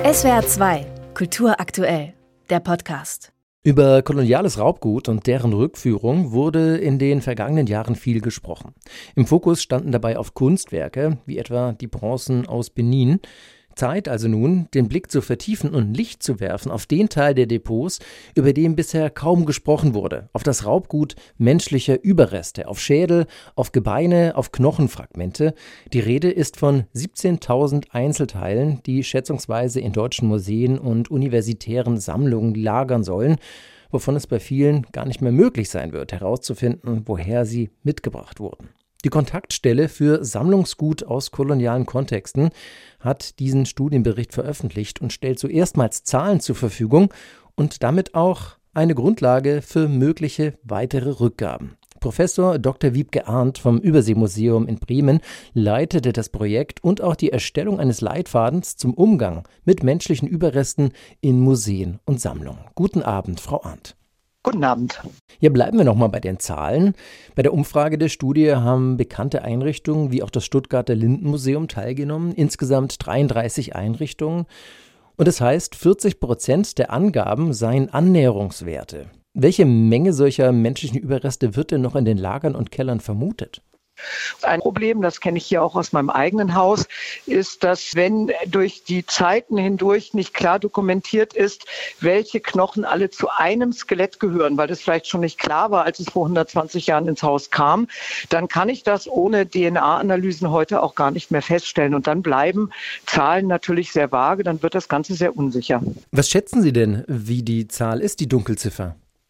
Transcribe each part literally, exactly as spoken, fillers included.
S W R zwei, Kultur aktuell, der Podcast. Über koloniales Raubgut und deren Rückführung wurde in den vergangenen Jahren viel gesprochen. Im Fokus standen dabei oft Kunstwerke, wie etwa die Bronzen aus Benin. Zeit also nun, den Blick zu vertiefen und Licht zu werfen auf den Teil der Depots, über den bisher kaum gesprochen wurde, auf das Raubgut menschlicher Überreste, auf Schädel, auf Gebeine, auf Knochenfragmente. Die Rede ist von siebzehntausend Einzelteilen, die schätzungsweise in deutschen Museen und universitären Sammlungen lagern sollen, wovon es bei vielen gar nicht mehr möglich sein wird, herauszufinden, woher sie mitgebracht wurden. Die Kontaktstelle für Sammlungsgut aus kolonialen Kontexten hat diesen Studienbericht veröffentlicht und stellt so erstmals Zahlen zur Verfügung und damit auch eine Grundlage für mögliche weitere Rückgaben. Professor Doktor Wiebke Arndt vom Überseemuseum in Bremen leitete das Projekt und auch die Erstellung eines Leitfadens zum Umgang mit menschlichen Überresten in Museen und Sammlungen. Guten Abend, Frau Arndt. Guten Abend. Hier bleiben wir nochmal bei den Zahlen. Bei der Umfrage der Studie haben bekannte Einrichtungen wie auch das Stuttgarter Lindenmuseum teilgenommen, insgesamt dreiunddreißig Einrichtungen. Und das heißt, vierzig Prozent der Angaben seien Annäherungswerte. Welche Menge solcher menschlichen Überreste wird denn noch in den Lagern und Kellern vermutet? Ein Problem, das kenne ich hier auch aus meinem eigenen Haus, ist, dass wenn durch die Zeiten hindurch nicht klar dokumentiert ist, welche Knochen alle zu einem Skelett gehören, weil das vielleicht schon nicht klar war, als es vor hundertzwanzig Jahren ins Haus kam, dann kann ich das ohne D N A-Analysen heute auch gar nicht mehr feststellen. Und dann bleiben Zahlen natürlich sehr vage, dann wird das Ganze sehr unsicher. Was schätzen Sie denn, wie die Zahl ist, die Dunkelziffer?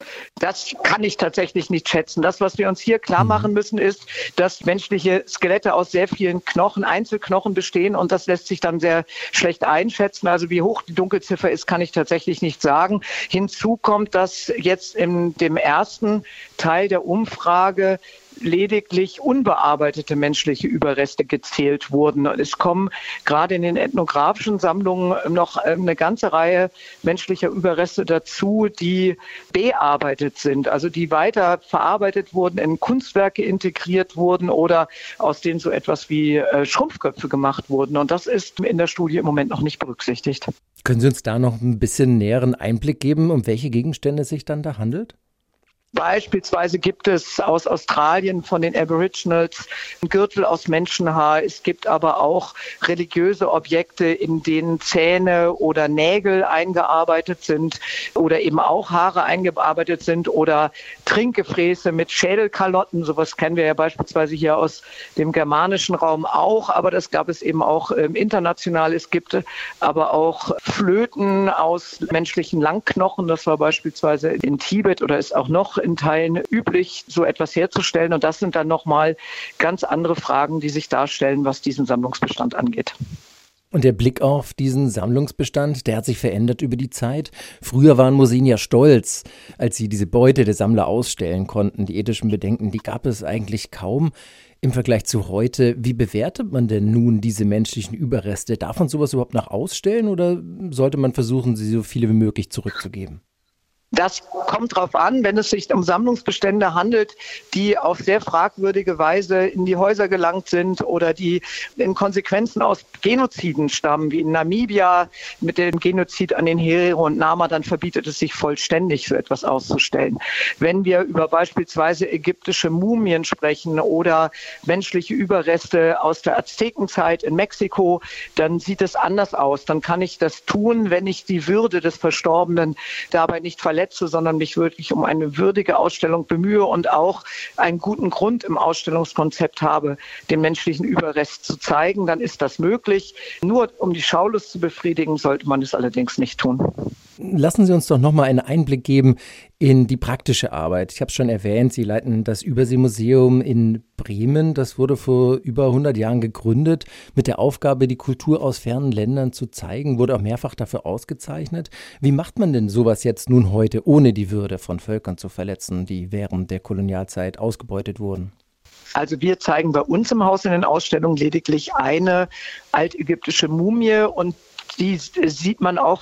Das kann ich tatsächlich nicht schätzen. Das, was wir uns hier klar machen müssen, ist, dass menschliche Skelette aus sehr vielen Knochen, Einzelknochen bestehen und das lässt sich dann sehr schlecht einschätzen. Also wie hoch die Dunkelziffer ist, kann ich tatsächlich nicht sagen. Hinzu kommt, dass jetzt in dem ersten Teil der Umfrage lediglich unbearbeitete menschliche Überreste gezählt wurden. Und es kommen gerade in den ethnografischen Sammlungen noch eine ganze Reihe menschlicher Überreste dazu, die bearbeitet sind, also die weiter verarbeitet wurden, in Kunstwerke integriert wurden oder aus denen so etwas wie äh, Schrumpfköpfe gemacht wurden. Und das ist in der Studie im Moment noch nicht berücksichtigt. Können Sie uns da noch ein bisschen näheren Einblick geben, um welche Gegenstände es sich dann da handelt? Beispielsweise gibt es aus Australien von den Aboriginals einen Gürtel aus Menschenhaar. Es gibt aber auch religiöse Objekte, in denen Zähne oder Nägel eingearbeitet sind oder eben auch Haare eingearbeitet sind oder Trinkgefräße mit Schädelkalotten. Sowas kennen wir ja beispielsweise hier aus dem germanischen Raum auch, aber das gab es eben auch ähm, international. Es gibt aber auch Flöten aus menschlichen Langknochen. Das war beispielsweise in Tibet oder ist auch noch in Teilen üblich, so etwas herzustellen. Und das sind dann nochmal ganz andere Fragen, die sich darstellen, was diesen Sammlungsbestand angeht. Und der Blick auf diesen Sammlungsbestand, der hat sich verändert über die Zeit. Früher waren Museen ja stolz, als sie diese Beute der Sammler ausstellen konnten. Die ethischen Bedenken, die gab es eigentlich kaum im Vergleich zu heute. Wie bewertet man denn nun diese menschlichen Überreste? Darf man sowas überhaupt noch ausstellen oder sollte man versuchen, sie so viele wie möglich zurückzugeben? Das kommt darauf an, wenn es sich um Sammlungsbestände handelt, die auf sehr fragwürdige Weise in die Häuser gelangt sind oder die in Konsequenzen aus Genoziden stammen, wie in Namibia mit dem Genozid an den Herero und Nama, dann verbietet es sich vollständig, so etwas auszustellen. Wenn wir über beispielsweise ägyptische Mumien sprechen oder menschliche Überreste aus der Aztekenzeit in Mexiko, dann sieht es anders aus. Dann kann ich das tun, wenn ich die Würde des Verstorbenen dabei nicht verletze, sondern mich wirklich um eine würdige Ausstellung bemühe und auch einen guten Grund im Ausstellungskonzept habe, den menschlichen Überrest zu zeigen, dann ist das möglich. Nur um die Schaulust zu befriedigen, sollte man es allerdings nicht tun. Lassen Sie uns doch nochmal einen Einblick geben in die praktische Arbeit. Ich habe es schon erwähnt, Sie leiten das Überseemuseum in Bremen. Das wurde vor über hundert Jahren gegründet mit der Aufgabe, die Kultur aus fernen Ländern zu zeigen, wurde auch mehrfach dafür ausgezeichnet. Wie macht man denn sowas jetzt nun heute, ohne die Würde von Völkern zu verletzen, die während der Kolonialzeit ausgebeutet wurden? Also wir zeigen bei uns im Haus in den Ausstellungen lediglich eine altägyptische Mumie und die sieht man auch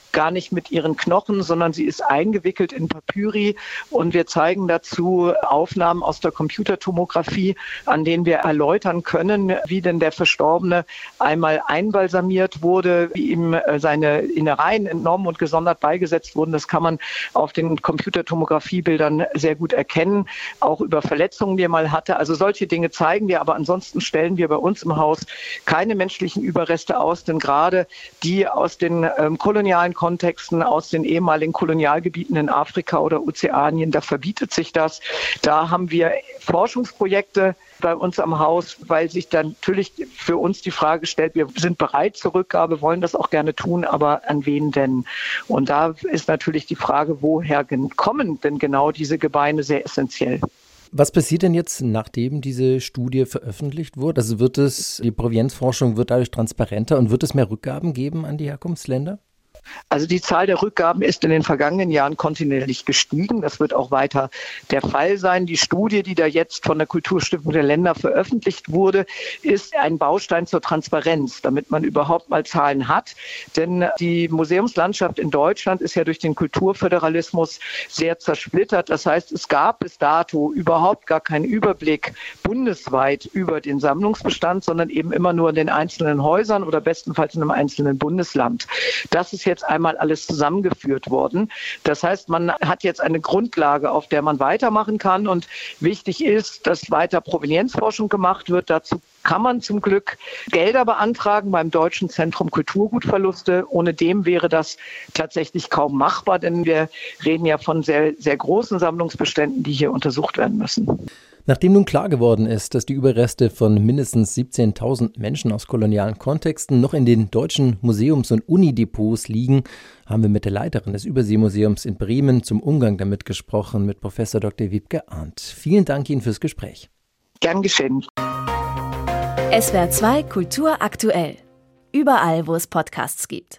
gar nicht mit ihren Knochen, sondern sie ist eingewickelt in Papyri und wir zeigen dazu Aufnahmen aus der Computertomographie, an denen wir erläutern können, wie denn der Verstorbene einmal einbalsamiert wurde, wie ihm seine Innereien entnommen und gesondert beigesetzt wurden. Das kann man auf den Computertomografiebildern sehr gut erkennen, auch über Verletzungen, die er mal hatte. Also solche Dinge zeigen wir, aber ansonsten stellen wir bei uns im Haus keine menschlichen Überreste aus, denn gerade die aus den ähm, kolonialen Kontexten, aus den ehemaligen Kolonialgebieten in Afrika oder Ozeanien, da verbietet sich das. Da haben wir Forschungsprojekte bei uns am Haus, weil sich dann natürlich für uns die Frage stellt, wir sind bereit zur Rückgabe, wollen das auch gerne tun, aber an wen denn? Und da ist natürlich die Frage, woher kommen denn genau diese Gebeine, sehr essentiell. Was passiert denn jetzt, nachdem diese Studie veröffentlicht wurde? Also wird es, die Provenienzforschung wird dadurch transparenter und wird es mehr Rückgaben geben an die Herkunftsländer? Also die Zahl der Rückgaben ist in den vergangenen Jahren kontinuierlich gestiegen. Das wird auch weiter der Fall sein. Die Studie, die da jetzt von der Kulturstiftung der Länder veröffentlicht wurde, ist ein Baustein zur Transparenz, damit man überhaupt mal Zahlen hat. Denn die Museumslandschaft in Deutschland ist ja durch den Kulturföderalismus sehr zersplittert. Das heißt, es gab bis dato überhaupt gar keinen Überblick bundesweit über den Sammlungsbestand, sondern eben immer nur in den einzelnen Häusern oder bestenfalls in einem einzelnen Bundesland. Das ist jetzt einmal alles zusammengeführt worden. Das heißt, man hat jetzt eine Grundlage, auf der man weitermachen kann. Und wichtig ist, dass weiter Provenienzforschung gemacht wird. Dazu kann man zum Glück Gelder beantragen beim Deutschen Zentrum Kulturgutverluste. Ohne dem wäre das tatsächlich kaum machbar, denn wir reden ja von sehr, sehr großen Sammlungsbeständen, die hier untersucht werden müssen. Nachdem nun klar geworden ist, dass die Überreste von mindestens siebzehntausend Menschen aus kolonialen Kontexten noch in den deutschen Museums- und Unidepots liegen, haben wir mit der Leiterin des Überseemuseums in Bremen zum Umgang damit gesprochen, mit Professor Doktor Wiebke Arndt. Vielen Dank Ihnen fürs Gespräch. Gern geschehen. S W R zwei Kultur aktuell. Überall, wo es Podcasts gibt.